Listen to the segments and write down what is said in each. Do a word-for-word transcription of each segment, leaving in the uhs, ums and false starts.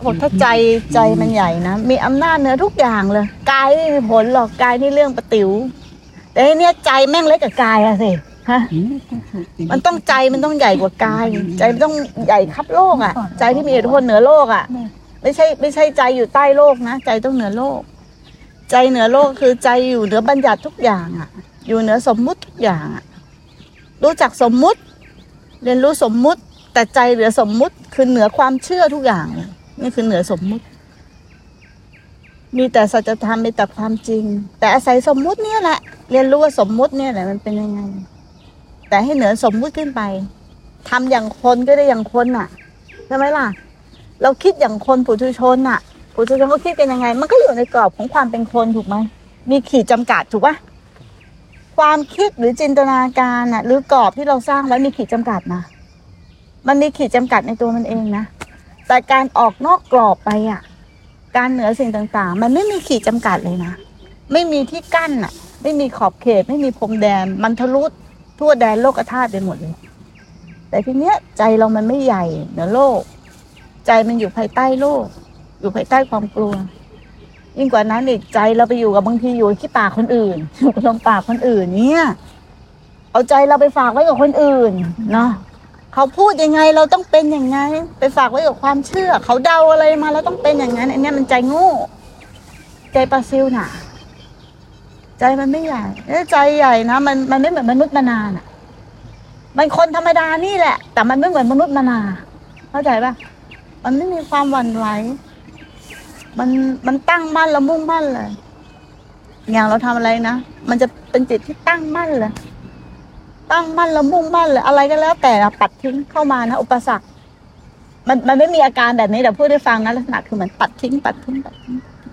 บอกถ้าใจใจมันใหญ่นะมีอำนาจเหนือทุกอย่างเลยกายไม่มีผลหรอกกายนี่เรื่องประติ๋วแต่เนี่ยใจแม่งเล็กกับกายอะสิฮะมันต้องใจมันต้องใหญ่กว่ากายใจมันต้องใหญ่คับโลกอะใจที่มีอิทธิพลเหนือโลกอะไม่ใช่ไม่ใช่ใจอยู่ใต้โลกนะใจต้องเหนือโลกใจเหนือโลกคือใจอยู่เหนือบัญญัติทุกอย่างอะอยู่เหนือสมมุติทุกอย่างอะรู้จักสมมุติเรียนรู้สมมุติแต่ใจเหนือสมมุติคือเหนือความเชื่อทุกอย่างนี่คือเหนือสมมุติมีแต่สัจธรรมมีแต่ความจริงแต่อาศัยสมมุติเนี่ยแหละเรียนรู้ว่าสมมุติเนี่ยแหละมันเป็นยังไงแต่ให้เหนือสมมุติขึ้นไปทำอย่างคนก็ได้อย่างคนน่ะใช่ไหมล่ะเราคิดอย่างคนปุถุชนน่ะปุถุชนก็คิดกันยังไงมันก็อยู่ในกรอบของความเป็นคนถูกไหมมีขีดจำกัดถูกปะความคิดหรือจินตนาการน่ะหรือกรอบที่เราสร้างไว้มีขีดจำกัดนะมันมีขีดจำกัดในตัวมันเองนะแต่การออกนอกกรอบไปอ่ะการเหนือสิ่งต่างๆมันไม่มีขีดจำกัดเลยนะไม่มีที่กั้นอ่ะไม่มีขอบเขตไม่มีพรมแดนมันทะลุทั่วแดนโลกธาตุไปหมดเลยแต่ทีเนี้ยใจเรามันไม่ใหญ่เหนือโลกใจมันอยู่ภายใต้โลกอยู่ภายใต้ความกลัวยิ่งกว่านั้นอีกใจเราไปอยู่กับบางทีอยู่ที่ปากคนอื่นอยู่กับลมปากคนอื่นเนี่ยเอาใจเราไปฝากไว้กับคนอื่นเนาะเขาพูดยังไงเราต้องเป็นอย่างไงไปฝากไว้กับความเชื่อเขาเดาอะไรมาเราต้องเป็นอย่างนั้นอันนี้มันใจโง่ใจปลาซิวน่ะใจมันไม่ใหญ่ใจใหญ่นะมันมันไม่เหมือนมนุษย์มนาน่ะมันคนธรรมดานี่แหละแต่มันไม่เหมือนมนุษย์มนาเข้าใจป่ะมันไม่มีความหวั่นไหวมันมันตั้งมั่นแล้วมุ่งมั่นเลยอย่างเราทำอะไรนะมันจะเป็นจิตที่ตั้งมั่นเลยตั้งมั่นแล้วมุ่งมั่นเลยอะไรก็แล้วแต่ปัดทิ้งเข้ามานะอุปสรรคมันมันไม่มีอาการแบบนี้แต่พูดให้ฟังนะลักษณะคือเหมือนปัดทิ้งปัดทิ้งปัดทิ้ง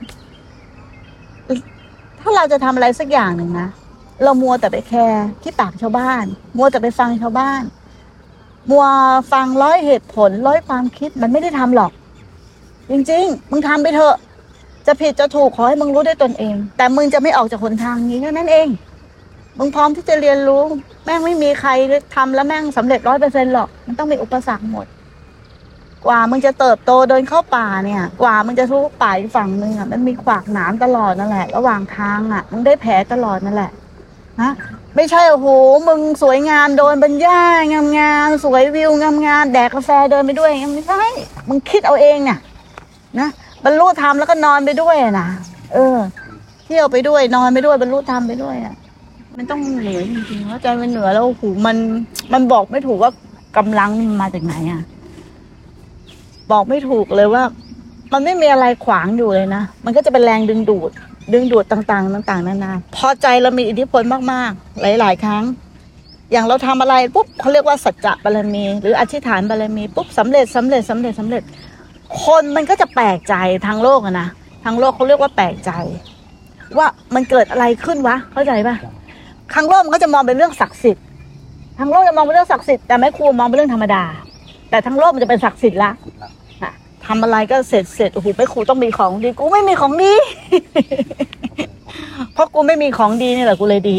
ถ้าเราจะทำอะไรสักอย่างหนึ่งนะเรามัวแต่ไปแคร์ที่ปากชาวบ้านมัวแต่ไปฟังชาวบ้านมัวฟังร้อยเหตุผลร้อยความคิดมันไม่ได้ทำหรอกจริงๆมึงทำไปเถอะจะผิดจะถูกขอให้มึงรู้ด้วยตนเองแต่มึงจะไม่ออกจากหนทางนี้แค่นั้นเองมึงพร้อมที่จะเรียนรู้แม่งไม่มีใครทำแล้วแม่งสำเร็จร้อยเปอร์เซ็นต์หรอกมันต้องมีอุปสรรคหมดกว่ามึงจะเติบโตเดินเข้าป่าเนี่ยกว่ามึงจะทุกป่าอีกฝั่งนึงอ่ะมันมีขวากหนามตลอดนั่นแหละระหว่างทางอ่ะมึงได้แผลตลอดนั่นแหละนะไม่ใช่โอ้โหมึงสวยงามโดนบรรยายงามๆสวยวิวงามๆแดกกาแฟเดินไปด้วยยังไม่ใช่มึงคิดเอาเองเนี่ยนะบรรลุธรรมแล้วก็นอนไปด้วยนะเออเที่ยวไปด้วยนอนไปด้วยบรรลุธรรมไปด้วยอ่ะมันต้องเหนือจริงๆว่าใจมันเหนือแล้วโอ้โหมันมันบอกไม่ถูกว่ากำลังมาจากไหนอ่ะบอกไม่ถูกเลยว่ามันไม่มีอะไรขวางอยู่เลยนะมันก็จะเป็นแรงดึงดูดดึงดูดต่างๆต่างๆนานาพอใจเรามีอิทธิพลมากๆหลายๆครั้งอย่างเราทำอะไรปุ๊บเขาเรียกว่าสัจจะบารมีหรืออธิษฐานบารมีปุ๊บสำเร็จสำเร็จสำเร็จสำเร็จคนมันก็จะแปลกใจทางโลกอะนะทางโลกเขาเรียกว่าแปลกใจว่ามันเกิดอะไรขึ้นวะเข้าใจป่ะทางโลกมันก็จะมองเป็นเรื่องศักดิ์สิทธิ์ทางโลกจะมองเป็นเรื่องศักดิ์สิทธิ์แต่ไม่ครูมองเป็นเรื่องธรรมดาแต่ทางโลกมันจะเป็นศักดิ์สิทธิ์ละทำอะไรก็เสร็จเสร็จโอ้โหไม่ครูต้องมีของดีกูไม่มีของดี เพราะกูไม่มีของดีนี่แหละกูเลยดี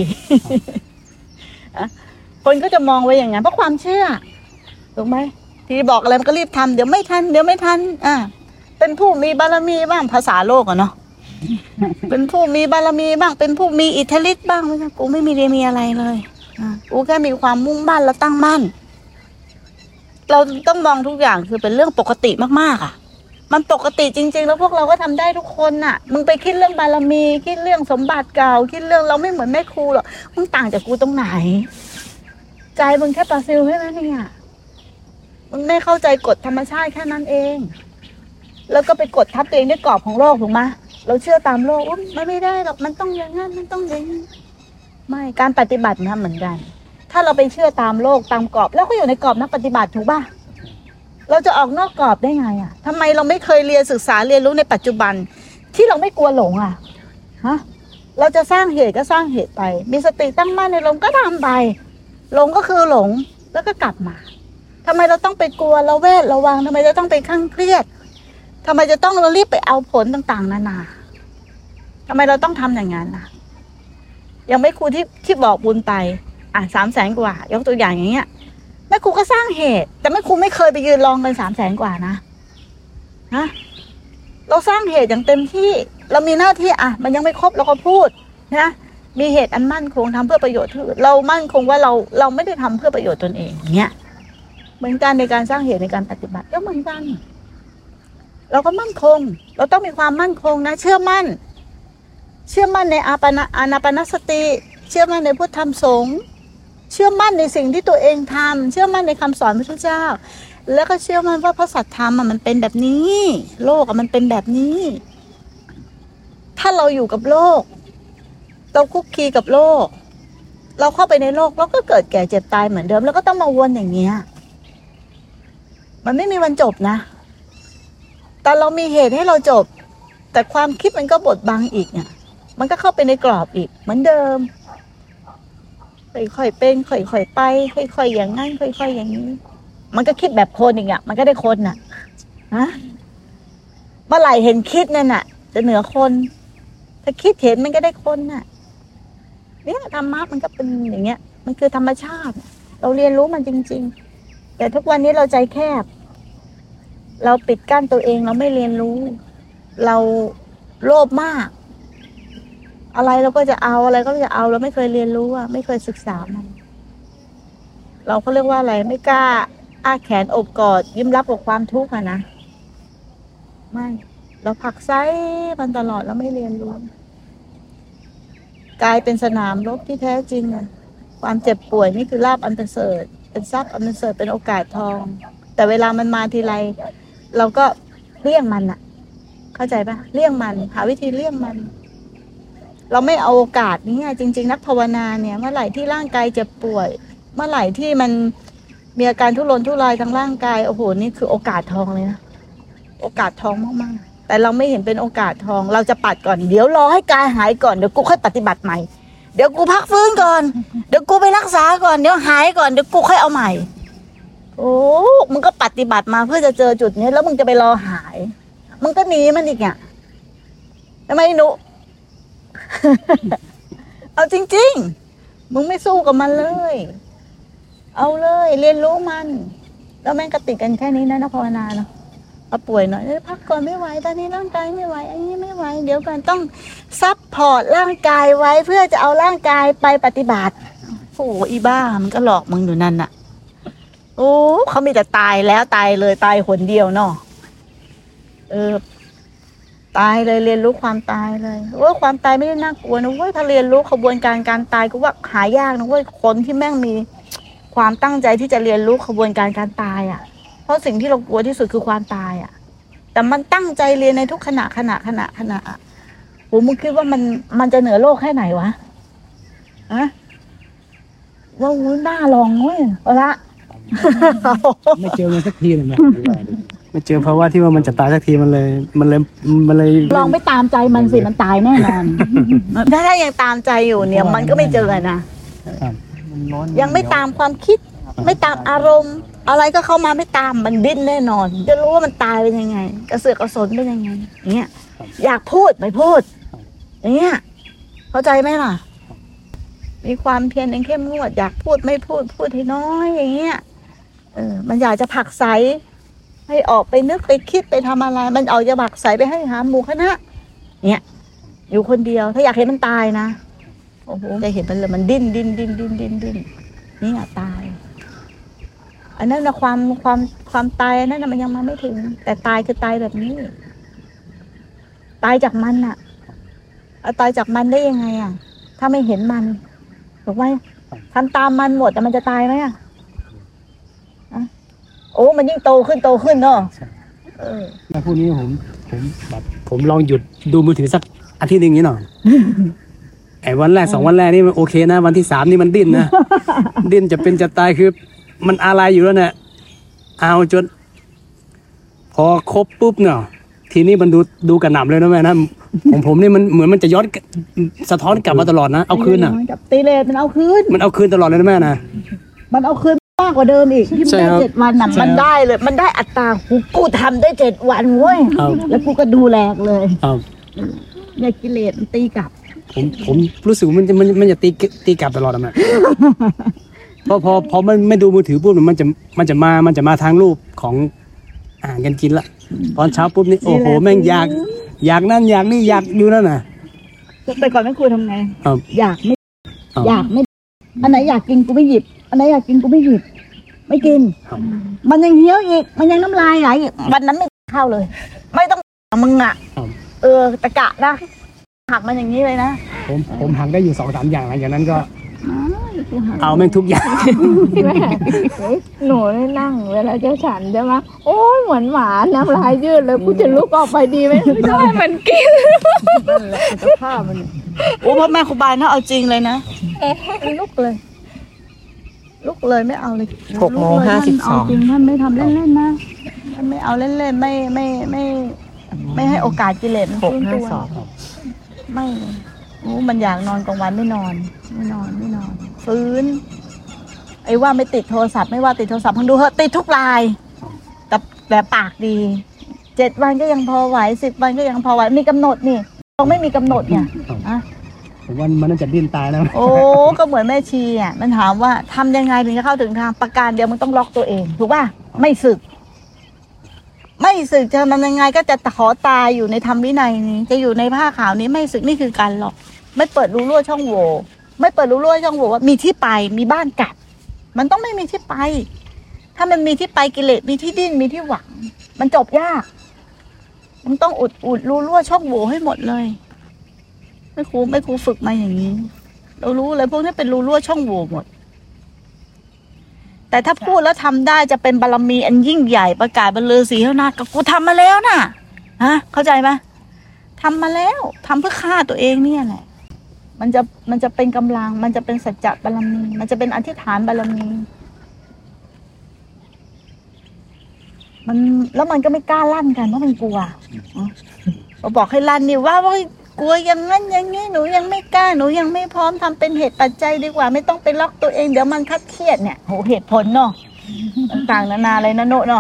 คนก็จะมองไว้อย่างนั้นเพราะความเชื่อถูกไหมที่บอกอะไรมันก็รีบทำเดี๋ยวไม่ทันเดี๋ยวไม่ทันอ่าเป็นผู้มีบารมีบ้างภาษาโลกอะเนาะ เป็นผู้มีบารมีบ้างเป็นผู้มีอิทธิฤทธิ์บ้างไม่ใช่กูไม่มีเรียมีอะไรเลยอ่ากูแค่มีความมุ่งมั่นและตั้งมั่นเราต้องมองทุกอย่างคือเป็นเรื่องปกติมากๆอ่ะมันปกติจริงๆแล้วพวกเราก็ทำได้ทุกคนน่ะมึงไปคิดเรื่องบารมีคิดเรื่องสมบัติเก่าคิดเรื่องเราไม่เหมือนแม่ครูหรอกมึงต่างจากกูตรงไหนใจมึงแค่ปลาซิลแค่นั้นเองอ่ะมึงไม่เข้าใจกฎธรรมชาติแค่นั้นเองแล้วก็ไปกดทับตัวเองด้วยกรอบของโลกถูกไหมเราเชื่อตามโลกว่ามันไม่ได้หรอกมันต้องอย่างนั้นมันต้องอย่างนี้ไม่การปฏิบัตินะเหมือนกันถ้าเราไปเชื่อตามโลกตามกรอบแล้วก็อยู่ในกรอบนักปฏิบัติถูกป่ะเราจะออกนอกกรอบได้ไงอ่ะทำไมเราไม่เคยเรียนศึกษาเรียนรู้ในปัจจุบันที่เราไม่กลัวหลงอ่ะฮะเราจะสร้างเหตุก็สร้างเหตุไปมีสติตั้งมั่นในลมก็ทำไปหลงก็คือหลงแล้วก็กลับมาทำไมเราต้องไปกลัวเราแวดระวังทำไมเราต้องไปข้างเครียดทำไมจะต้องเรารีบไปเอาผลต่างๆนานาทำไมเราต้องทำอย่างนั้นล่ะยังไม่ครูที่ที่บอกบุญไปอ่ะสามแสนกว่ายกตัวอย่างอย่างเงี้ยแม่ครูก็สร้างเหตุแต่แม่ครูไม่เคยไปยืนรองเงินสามแสนกว่านะฮะเราสร้างเหตุอย่างเต็มที่เรามีหน้าที่อ่ะมันยังไม่ครบเราก็พูดนะมีเหตุอันมั่นคงทำเพื่อประโยชน์ที่เรามั่นคงว่าเราเราไม่ได้ทำเพื่อประโยชน์ตนเองเนี้ยเหมือนกันในการสร้างเหตุในการปฏิบัติก็เหมือนกันเราก็มั่นคงเราต้องมีความมั่นคงนะเชื่อมั่นเชื่อมั่นในอาปนาอานาปานสติเชื่อมั่นในพุทธธรรมสงฆ์เชื่อมั่นในสิ่งที่ตัวเองทำเชื่อมั่นในคำสอนพระพุทธเจ้าแล้วก็เชื่อมั่นว่าพระสัทธรรมมันเป็นแบบนี้โลกมันเป็นแบบนี้ถ้าเราอยู่กับโลกเราคุกคีกับโลกเราเข้าไปในโลกเราก็เกิดแก่เจ็บตายเหมือนเดิมแล้วก็ต้องมาวนอย่างเงี้ยมันไม่มีวันจบนะแต่เรามีเหตุให้เราจบแต่ความคิดมันก็บดบังอีกเนี่ยมันก็เข้าไปในกรอบอีกเหมือนเดิมค่อยๆเป็นค่อยๆไปค่อยๆอย่างนั้นค่อยๆอย่างนี้มันก็คิดแบบคนอีกอ่ะมันก็ได้คนน่ะฮะเมื่อไหร่เห็นคิดนั่นน่ะจะเหนือคนถ้าคิดเห็นมันก็ได้คนน่ะเนี่ยธรรมะมันก็เป็นอย่างเงี้ยมันคือธรรมชาติเราเรียนรู้มันจริงๆแต่ทุกวันนี้เราใจแคบเราปิดกั้นตัวเองเราไม่เรียนรู้เราโลภมากอะไรเราก็จะเอาอะไรก็จะเอาเราไม่เคยเรียนรู้อ่ะไม่เคยศึกษามันเราก็เรียกว่าอะไรไม่กล้าอ้าแขนอบกอดยิ้มรับกับความทุกข์อะนะไม่เราผลักไสมันตลอดแล้วไม่เรียนรู้กลายเป็นสนามรบที่แท้จริงอะความเจ็บป่วยนี่คือลาภอันประเสริฐเป็นทรัพย์อันประเสริฐเป็นโอกาสทองแต่เวลามันมาทีไรเราก็เลี่ยงมันอะเข้าใจปะเลี่ยงมันหาวิธีเลี่ยงมันเราไม่เอาโอกาสนี้จริงๆนักภาวนาเนี่ยเมื่อไหร่ที่ร่างกายเจ็บป่วยเมื่อไหร่ที่มันมีอาการทุรนทุรายทางร่างกายโอ้โหนี่คือโอกาสทองเลยนะโอกาสทองมากๆแต่เราไม่เห็นเป็นโอกาสทองเราจะปัดก่อนเดี๋ยวรอให้กายหายก่อนเดี๋ยวกูค่อยปฏิบัติใหม่เดี๋ยวกูพักฟื้นก่อนเดี๋ยวกูไปรักษาก่อนเดี๋ยวหายก่อนเดี๋ยวกูค่อยเอาใหม่โอ้มึงก็ปฏิบัติมาเพื่อจะเจอจุดนี้แล้วมึงจะไปรอหายมึงก็หนีมันอีกอ่ะทำไมหนู เอาจริงๆมึงไม่สู้กับมันเลยเอาเลยเรียนรู้มันแล้วแม่งก็ติดกันแค่นี้นะนักภาวนาเนาะเอาป่วยหน่อยพักก่อนไม่ไหวตอนนี้ร่างกายไม่ไหวอันนี้ไม่ไหวเดี๋ยวกันต้องซัพพอร์ตร่างกายไว้เพื่อจะเอาร่างกายไปปฏิบัติโอ้อีบ้ามันก็หลอกมึงอยู่นั่นน่ะโอ้เขามีแต่ตายแล้วตายเลยตายคนเดียวเนาะเออตายเลยเรียนรู้ความตายเลยว่าความตายไม่ได้น่ากลัวนะเว้ยถ้าเรียนรู้ขบวนการการตายก็ว่าหายากนะเว้ยคนที่แม่งมีความตั้งใจที่จะเรียนรู้ขบวนการการตายอ่ะเพราะสิ่งที่เรากลัวที่สุดคือความตายอ่ะแต่มันตั้งใจเรียนในทุกขณะขณะขณะขณะโหมึงคิดว่ามันมันจะเหนือโลกแค่ไหนวะอะว่าวุ้นหน้าลองเว้ยเอาละไม่เจอมันสักทีเลยนะไม่เจอเพราะว่าที่ว่ามันจะตายสักทีมันเลยมันเลยมันเลยลองไม่ตามใจมันสิมันตายแน่นอนถ้าถ้ายังตามใจอยู่เนี่ยมันก็ไม่เจอนะยังไม่ตามความคิดไม่ตามอารมณ์อะไรก็เข้ามาไม่ตามมันดิ้นแน่นอนจะรู้ว่ามันตายเป็นยังไงกระเสือกกระสนเป็นยังไงอย่างเงี้ยอยากพูดไม่พูดอย่างเงี้ยเข้าใจไหมล่ะมีความเพียรอย่างเข้มงวดอยากพูดไม่พูดพูดให้น้อยอย่างเงี้ยเออมันอยากจะผลักไสให้ออกไปนึกไปคิดไปทำอะไรมันเอาจะผลักไสไปให้หาหมู่คณะเนี่ยอยู่คนเดียวถ้าอยากเห็นมันตายนะโอ้โหจะเห็นมันเลยมันดิ้นดิ้นดิ้นดิ้นดิ้นดิ้นนี่อ่ะตายอันนั้นนะความความความตายอันนั้นนะมันยังมาไม่ถึงแต่ตายคือตายแบบนี้ตายจากมันอ่ะเอาตายจากมันได้ยังไงอ่ะถ้าไม่เห็นมันถูกไหมทำตามมันหมดแต่มันจะตายไหมอ่ะโอ้มันยิ่งโตขึ้นโตขึ้นเนาะเออแล้วพวกนี้ผมผมแบบผมลองหยุดดูมือถือสักอาทิตย์นึงนี้หน่อยไอ้วันแรกสองวันแรกนี่มันโอเคนะวันที่สามนี่มันดิ้นนะดิ้นจะเป็นจะตายคือมันอะไรอยู่แล้วเนี่ยเอาจนพอครบปุ๊บเนาะทีนี้มันดูดูกระหน่ำเลยนะแม่นะของผมนี่มันเหมือนมันจะย้อนสะท้อนกลับมาตลอดนะเอาคืนน่ะตีเลทมันเอาคืนมันเอาคืนตลอดเลยนะแม่นะมันเอาคืนมากกว่าเดิมอีกที่มันได้เจ็ดวันน่ะมันได้เลยมันได้อัตรากูกูทำได้เจ็ดวันเว้ยแล้วกูก็ดูแลเลยเนี่ยกิเลสมันตีกลับผมผมรู้สึกมันจะมันมันจะตีตีกลับตลอดนะแม่พอพอพอมันไม่ดูมือถือปุ๊บมันจะมันจะมามันจะมาทางรูปของอาหารการกินละตอนเช้าปุ๊บนี่โอ้โหแม่งอยากอยากนั่นอยากนี่อยากอยู่นั่นน่ะแต่ก่อนแม่ครูทำไงครับอยากไม่ครับอยากไม่ อันไหนอยากกินกูไม่หยิบ อันไหนอยากกินกูไม่หยิบ ไม่กินครับมันยังเหี้ยวอีก มันยังน้ำลายไหลอีกวันนั้นไม่เข้าเลย ไม่ต้องมึงอ่ะครับเออตะกะนะหักมันอย่างนี้เลยนะผมผมหักได้อยู่สองสามอย่างหลังจากนั้นก็อ้าวกูหักเอาแม่งทุกอย่างแม่หนูนี่นั่งเวลาจะฉันใช่ไหมโอ้ยเหมือนหมาน้ำลายยืดเลยกูจะลุกออกไปดีไหมไม่ได้มันกินนั่นแหละสภาพมันเนี่ยโอ้พ่อแม่ครูบานะเอาจริงเลยนะลุกเลย ลุกเลยไม่เอาเลยหกโมงห้าสิบสองท่นเาจริงท่านไม่ทำเล่นๆนะท่านไม่เอาเล่นๆไม่ไม่ไม่ ไม่ให้โอกาสกิเลสมันหกฟื้นห้าตัวสองไม่เลยโอ้มันอยากนอนกลางวันไม่นอน ไม่นอนไม่นอน ฟื้น ไอ้ว่าไม่ติดโทรศัพท์ไม่ว่าติดโทรศัพท์พังดูเหอะติดทุกรายแต่แต่ปากดีเจ็ดวันก็ยังพอไหวสิบวันก็ยังพอไหวมีกำหนดนี่เราไม่มีกำหนดเนี่ยอะผมว่ามันน่าจะดิ้นตายแล้วโอ้ก็เหมือนแม่ชีอ่ะมันถามว่าทำยังไงถึงจะเข้าถึงทางประการเดียวมันต้องล็อกตัวเองถูกป่ะไม่สึก ไม่สึกจะทำยังไงก็จะขอตายอยู่ในธรรมวินัยนี้จะอยู่ในผ้าขาวนี้ไม่สึกนี่คือการล็อกไม่เปิดรูรั่วช่องโหว่ไม่เปิดรูรั่วช่องโหว่ว่ามีที่ไปมีบ้านกลับ มันต้องไม่มีที่ไป ถ้ามันมีที่ไปกิเลสมีที่ดิ้นมีที่หวัง มันจบยากมันต้องอุดอุดรูรั่วช่องโหว่ให้หมดเลยไม่ครูไม่ครูฝึกมาอย่างนี้ เรารู้เลยพวกนี้เป็นรูรั่วช่องโหว่หมด แต่ถ้าพูดแล้วทำได้จะเป็นบารมีอันยิ่งใหญ่ประกาศบรรลือสีเท่านั้นก็กูทำมาแล้วน่ะฮะเข้าใจไหมทำมาแล้วทำเพื่อฆ่าตัวเองเนี่ยแหละมันจะมันจะเป็นกำลัง มันจะเป็นสัจจะบารมี มันจะเป็นอธิษฐานบารมี มันแล้วมันก็ไม่กล้าลั่นกันเพราะมันกลัวพอบอกให้ลั่นนี่ว่าว่ากลัวอย่างนั้นอย่างนี้หนูยังไม่กล้าหนูยังไม่พร้อมทำเป็นเหตุปัจจัยดีกว่า ไม่ต้องไปล็อกตัวเองเดี๋ยวมันคัดเครียดเนี่ยโหเหตุผลเนาะต่างๆนานาเลยนะโนเนาะ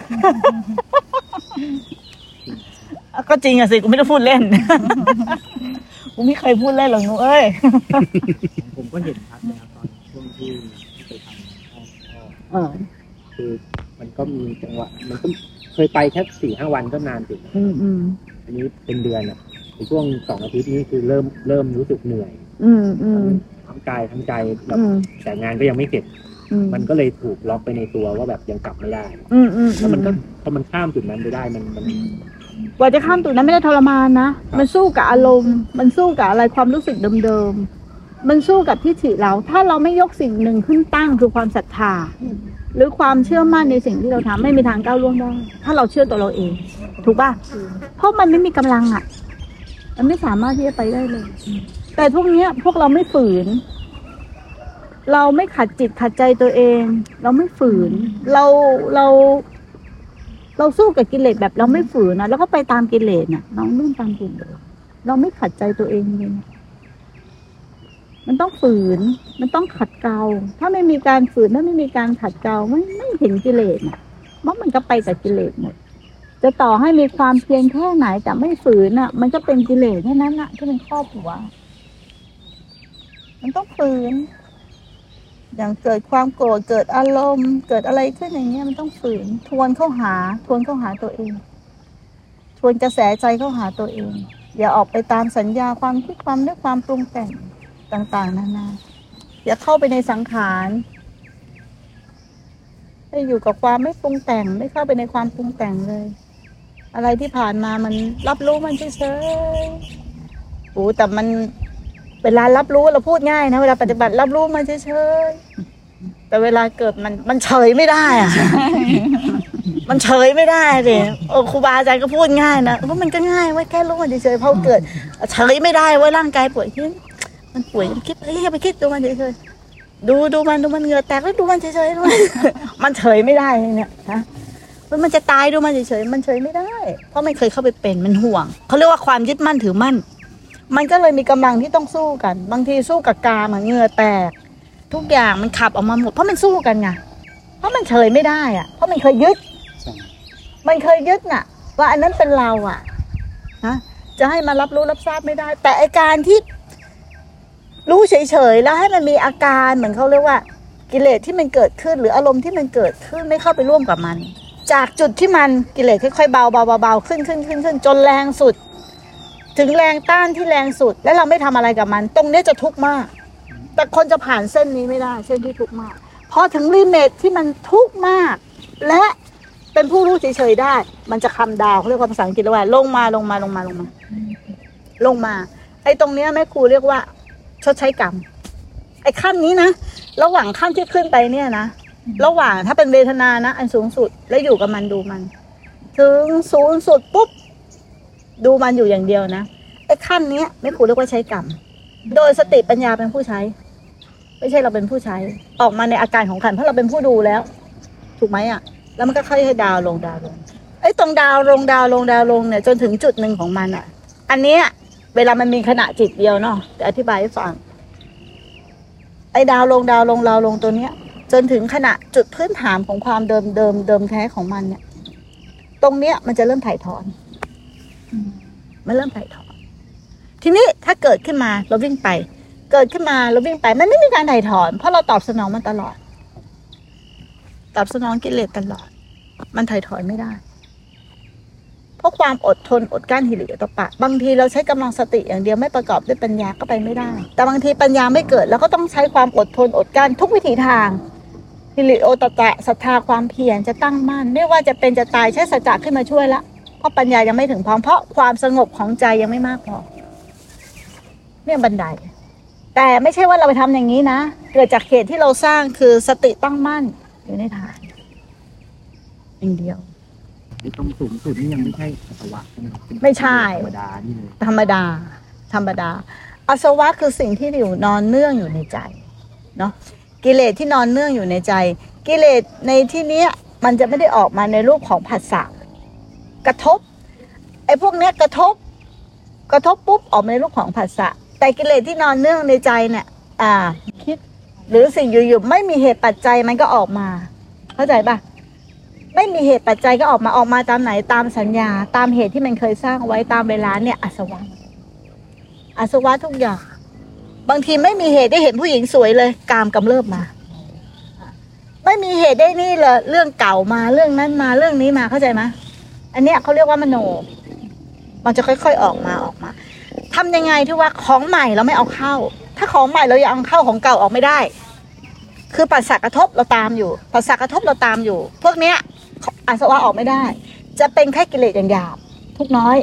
ก็จริงอะสิกูไม่ได้พูดเล่น กูไม่เคยพูดเล่นหรอกหนูเอ้ยผมก็เห็นชัดนะครับตอนช่วงที่ที่ไปทำห้องพ่อเออคือมันก็มีจังหวะมันก็เคยไปแค่สี่ห้าวันก็นานติดอืมอืมอันนี้เป็นเดือนอ่ะในช่วงสองอาทิตย์นี้คือเริ่มเริ่มรู้สึกเหนื่อยอืมอืมทั้งกายทั้งใจแบบอืมแต่งานก็ยังไม่เสร็จอืมมันก็เลยถูกล็อกไปในตัวว่าแบบยังกลับไม่ได้อืมอืมแล้วมันก็พอมันข้ามจุดนั้นไปได้มันมันกว่าจะข้ามจุดนั้นไม่ได้ทรมานนะ มันสู้กับอารมณ์ มันสู้กับอะไรความรู้สึกเดิมๆ มันสู้กับทิฏฐิเรา ถ้าเราไม่ยกสิ่งหนึ่งขึ้นตั้งคือความศรัทธา หรือความเชื่อมั่นในสิ่งที่เราทำไม่มีทางก้าวล่วงได้ ถ้าเราเชื่อตัวเราเอง ถูกป่ะ เพราะมันไม่มีกำลังอ่ะ มันไม่สามารถที่จะไปได้เลย แต่พวกเนี้ยพวกเราไม่ฝืน เราไม่ขัดจิตขัดใจตัวเอง เราไม่ฝืน เราเรา เราสู้กับกิเลสแบบเราไม่ฝืนนะแล้วก็ไปตามกิเลสน่ะน้องนุ่นตามกิเลสเราไม่ขัดใจตัวเองเลยนะมันต้องฝืน มันต้องขัดเกลาถ้าไม่มีการฝืนถ้าไม่มีการขัดเกลาไม่ไม่เห็นกิเลสน่ะเพราะมันก็ไปกับกิเลสหมดจะต่อให้มีความเพียรแค่ไหนแต่ไม่ฝืนน่ะ มันก็เป็นกิเลสแค่นั้นน่ะที่มันครอบหัวมันต้องฝืนอย่างเกิดความโกรธเกิดอารมณ์เกิดอะไรขึ้นอย่างเงี้ยมันต้องฝืนทวนเข้าหา ทวนเข้าหาตัวเอง ทวนกระแสใจเข้าหาตัวเอง อย่าออกไปตามสัญญาความคิดความนึกความปรุงแต่งต่างๆนานาอย่าเข้าไปในสังขารให้อยู่กับความไม่ปรุงแต่งไม่เข้าไปในความปรุงแต่งเลย อะไรที่ผ่านมามันรับรู้มันเฉยๆโอ้แต่มันเวลารับรู้เราพูดง่ายนะเวลาปฏิบัติรับรู้มันเฉยๆแต่เวลาเกิดมันมันเฉยไม่ได้อะ มันเฉยไม่ได้สิโอ้ครูบาอาจารย์ก็พูดง่ายนะเพราะมันก็ง่ายไว้แค่รู้มันเฉยๆพอเกิดเฉยไม่ได้ไว้ร่างกายป่วยขึ้นมันป่วยคิดเฮ้ยอย่าไปคิดดูมันเฉยๆดูดูมันดูมันเหงื่อแตกแล้วดูมันเฉยๆดูมัน มันเฉยไม่ได้เนี่ยฮะมันจะตายดูมันเฉยๆมันเฉยไม่ได้เพราะไม่เคยเข้าไปเป็นมันห่วงเขาเรียกว่าความยึดมั่นถือมั่นมันก็เลยมีกำลังที่ต้องสู้กันบางทีสู้กับกามเหงื่อแตกทุกอย่างมันขับออกมาหมดเพราะมันสู้กันไงเพราะมันเฉยไม่ได้อ่ะเพราะมันเคยยึดมันเคยยึดน่ะว่าอันนั้นเป็นเราอ่ะนะจะให้มารับรู้รับทราบไม่ได้ แต่อาการที่รู้เฉยๆแล้วให้มันมีอาการเหมือนเขาเรียกว่ากิเลสที่มันเกิดขึ้นหรืออารมณ์ที่มันเกิดขึ้นไม่เข้าไปร่วมกับมัน เจากจุดที่มันกิเลสค่อยๆเบาเบาเบาขึ้นขึ้นขึ้นขึ้นจนแรงสุดถึงแรงต้านที่แรงสุดแล้วเราไม่ทำอะไรกับมันตรงนี้จะทุกข์มากแต่คนจะผ่านเส้นนี้ไม่ได้เส้นที่ทุกข์มากพอถึงลิมิตที่มันทุกข์มากและเป็นผู้รู้เฉยๆได้มันจะคำดาวเขาเรียกว่าภาษาอังกฤษว่าลงมาลงมาลงมาลงมาลงมาไอ้ตรงเนี้ยแม่ครูเรียกว่าชดใช้กรรมไอ้ขั้นนี้นะระหว่างขั้นที่ขึ้นไปเนี่ยนะระหว่างถ้าเป็นเวทนานะอันสูงสุดแล้วอยู่กับมันดูมันถึงสูงสุดปุ๊บดูมันอยู่อย่างเดียวนะไอ้ขั้นเนี้ยแม่ครูเรียกว่าใช้กรรมโดยสติปัญญาเป็นผู้ใช้ไม่ใช่เราเป็นผู้ใช้ออกมาในอาการของขันธ์เพราะเราเป็นผู้ดูแล้วถูกไหมอ่ะแล้วมันก็ค่อยให้ดาวลงดาวลงไอ้ตรงดาวลงดาวลงดาวลงเนี่ยจนถึงจุดหนึ่งของมันอ่ะอันเนี้ยเวลามันมีขณะจิตเดียวเนาะจะอธิบายให้ฟังไอ้ดาวลงดาวลงดาวลงตัวเนี้ยจนถึงขณะจุดพื้นฐานของความเดิมเดิมเดิมแท้ของมันเนี่ยตรงเนี้ยมันจะเริ่มถ่ายถอนมันเริ่มถ่ายถอนทีนี้ถ้าเกิดขึ้นมาเราวิ่งไปเกิดขึ้นมาเราวิ่งไปมันไม่มีการถ่ายถอนเพราะเราตอบสนองมันตลอดตอบสนองกิเลสตลอดมันถ่ายถอนไม่ได้เพราะความอดทนอดกั้นหิริโอตปปะบางทีเราใช้กำลังสติอย่างเดียวไม่ประกอบด้วยปัญญาก็ไปไม่ได้แต่บางทีปัญญาไม่เกิดแล้วก็ต้องใช้ความอดทนอดกั้นทุกวิถีทางหิริโอตปปะศรัทธาความเพียรจะตั้งมั่นไม่ว่าจะเป็นจะตายใช้สัจจะขึ้นมาช่วยละเพราะปัญญายังไม่ถึงพร้อมเพราะความสงบของใจยังไม่มากพอเนี่ยบันไดแต่ไม่ใช่ว่าเราไปทำอย่างนี้นะเกิดจากเหตุที่เราสร้างคือสติตั้งมั่นอยู่ในฐานอย่างเดียวตรงสูงสุดนี่ยังไม่ใช่อาสวะใช่ไหมไม่ใช่ธรรมดานี่เลยธรรมดาธรรมดาอาสวะคือสิ่งที่อยู่นอนเนื่องอยู่ในใจเนาะกิเลสที่นอนเนื่องอยู่ในใจกิเลสในที่นี้มันจะไม่ได้ออกมาในรูปของผัสสะกระทบไอ้พวกเนี้ยกระทบกระทบปุ๊บออกมาในรูปของผัสสะแต่กิเลสที่นอนเนื่องในใจเนี่ยอ่าคิดหรือสิ่งอยู่ๆไม่มีเหตุปัจจัยมันก็ออกมาเข้าใจปะไม่มีเหตุปัจจัยก็ออกมาออกมาตามไหนตามสัญญาตามเหตุที่มันเคยสร้างไว้ตามเวลาเนี่ยอาสวะอาสวะทุกอย่างบางทีไม่มีเหตุได้เห็นผู้หญิงสวยเลยกามกำเริบมาไม่มีเหตุได้นี่เลยเรื่องเก่ามาเรื่องนั้นมาเรื่องนี้มาเข้าใจไหมอันเนี้ยเขาเรียกว่ามโนมันจะค่อยๆออกมาออกมาทำยังไงที่ว่าของใหม่เราไม่เอาเข้าถ้าของใหม่เรายังเอาเข้าของเก่าออกไม่ได้คือปัสสะกระทบเราตามอยู่ปัสสะกระทบเราตามอยู่พวกเนี้ยอาสวะออกไม่ได้จะเป็นแค่กิเลสอย่างหยาบทุกน้อย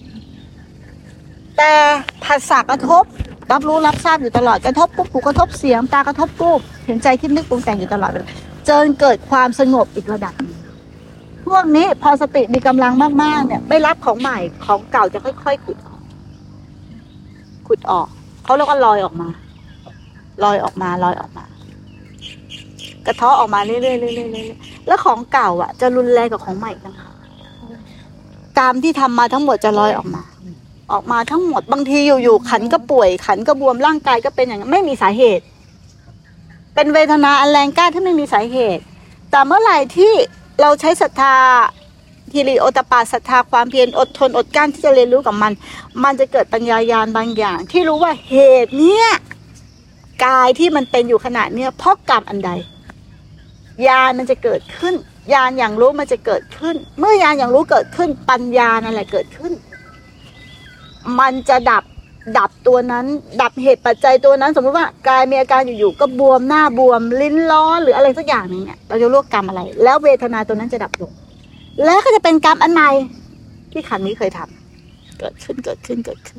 แต่ผัสสะกระทบรับรู้รับทราบอยู่ตลอดกระทบปุ๊บหูกระทบเสียงตากระทบรูปเห็นใจคิดนึกปรุงแต่งอยู่ตลอดจนเกิดความสงบอีกระดับพวกนี้พอสติมีกำลังมากๆเนี่ยไม่รับของใหม่ของเก่าจะค่อยๆขุดออกขุดออกเขาเรียกว่าลอยออกมาลอยออกมาลอยออกมากระเทาะออกมาเรื่อยๆเรื่อยๆแล้วของเก่าอ่ะจะรุนแรงกว่าของใหม่นะคะกามที่ทำมาทั้งหมดจะลอยออกมาออกมาทั้งหมดบางทีอยู่ๆขันก็ป่วยขันก็บวมร่างกายก็เป็นอย่างนั้นไม่มีสาเหตุเป็นเวทนาอันแรงกล้าที่ไม่มีสาเหตุแต่เมื่อไหร่ที่เราใช้ศรัทธาฮิริโอตปปะศรัทธาความเพียรอดทนอดกั้นที่จะเรียนรู้กับมันมันจะเกิดปัญญาญาณบางอย่างที่รู้ว่าเหตุเนี้ยกายที่มันเป็นอยู่ขณะเนี้ยเพราะกรรมอันใดญาณมันจะเกิดขึ้นญาณอย่างรู้มันจะเกิดขึ้นเมื่อญาณอย่างรู้เกิดขึ้นปัญญานั่นแหละเกิดขึ้นมันจะดับดับตัวนั้นดับเหตุปัจจัยตัวนั้นสมมติว่ากายมีอาการอยู่ๆก็บวมหน้าบวมลิ้นร้อนหรืออะไรสักอย่างนึงเนี่ยเราจะเรียกกรรมอะไรแล้วเวทนาตัวนั้นจะดับลงแล้วก็จะเป็นกรรมอันใหม่ที่ขันนี้เคยทำเกิดขึ้นเกิดขึ้นเกิดขึ้น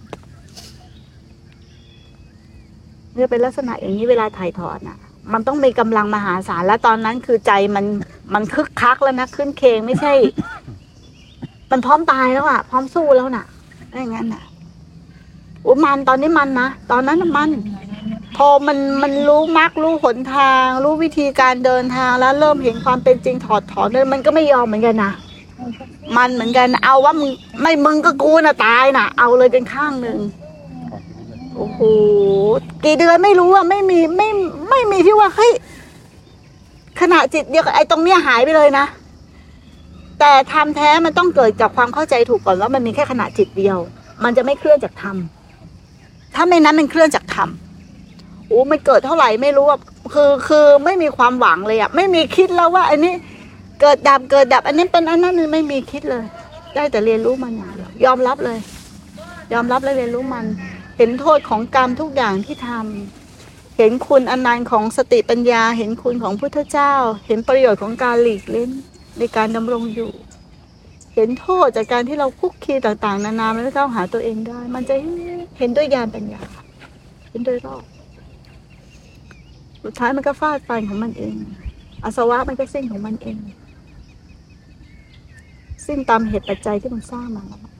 เนี่ยเป็นลักษณะอย่างนี้เวลาถ่ายถอนอ่ะมันต้องมีกำลังมหาศาลและตอนนั้นคือใจมันมันคึกคักแล้วนะขึ้นเคงไม่ใช่ มันพร้อมตายแล้วอ่ะพร้อมสู้แล้วน่ะอย่างนั้นน่ะอุ้ยมันตอนนี้มันนะตอนนั้นมันพอมันมันรู้มรรครู้หนทางรู้วิธีการเดินทางแล้วเริ่มเห็นความเป็นจริงถอดถอนเลยมันก็ไม่ยอมเหมือนกันนะมันเหมือนกันเอาว่ามึงไม่มึงก็กูน่ะตายน่ะเอาเลยเป็นข้างหนึ่งโอ้โหกี่เดือนไม่รู้อ่ะไม่มีไม่ไม่มีที่ว่าเฮ้ยขณะจิตเดียวกับไอ้ตรงเนี้ยหายไปเลยนะแต่ธรรมแท้มันต้องเกิดจากความเข้าใจถูกก่อนว่ามันมีแค่ขณะจิตเดียวมันจะไม่เคลื่อนจากธรรมถ้าไม่นั้นมันเคลื่อนจากธรรมโอ้ไม่เกิดเท่าไหร่ไม่รู้อ่ะคือคือไม่มีความหวังเลยอ่ะไม่มีคิดแล้วว่าอันนี้เกิดดับเกิดดับ อันนี้เป็นอันนั้นไม่มีคิดเลย ได้แต่เรียนรู้มันอย่างเดียวยอมรับเลย ยอมรับและเรียนรู้มัน เห็นโทษของกรรมทุกอย่างที่ทำเห็นคุณอนันต์ของสติปัญญา เห็นคุณของพุทธเจ้า เห็นประโยชน์ของการหลีกเล่นในการดำรงอยู่ เห็นโทษจากการที่เราคุกคีต่างๆนานาไม่เข้าหาตัวเองได้ มันจะเห็นด้วยญาณปัญญาเห็นด้วยรอบสุดท้ายมันก็ฟาดฟันของมันเองอาสวะมันก็สิ้นของมันเองสิ้นตามเหตุปัจจัยที่มันสร้างมาแล้ว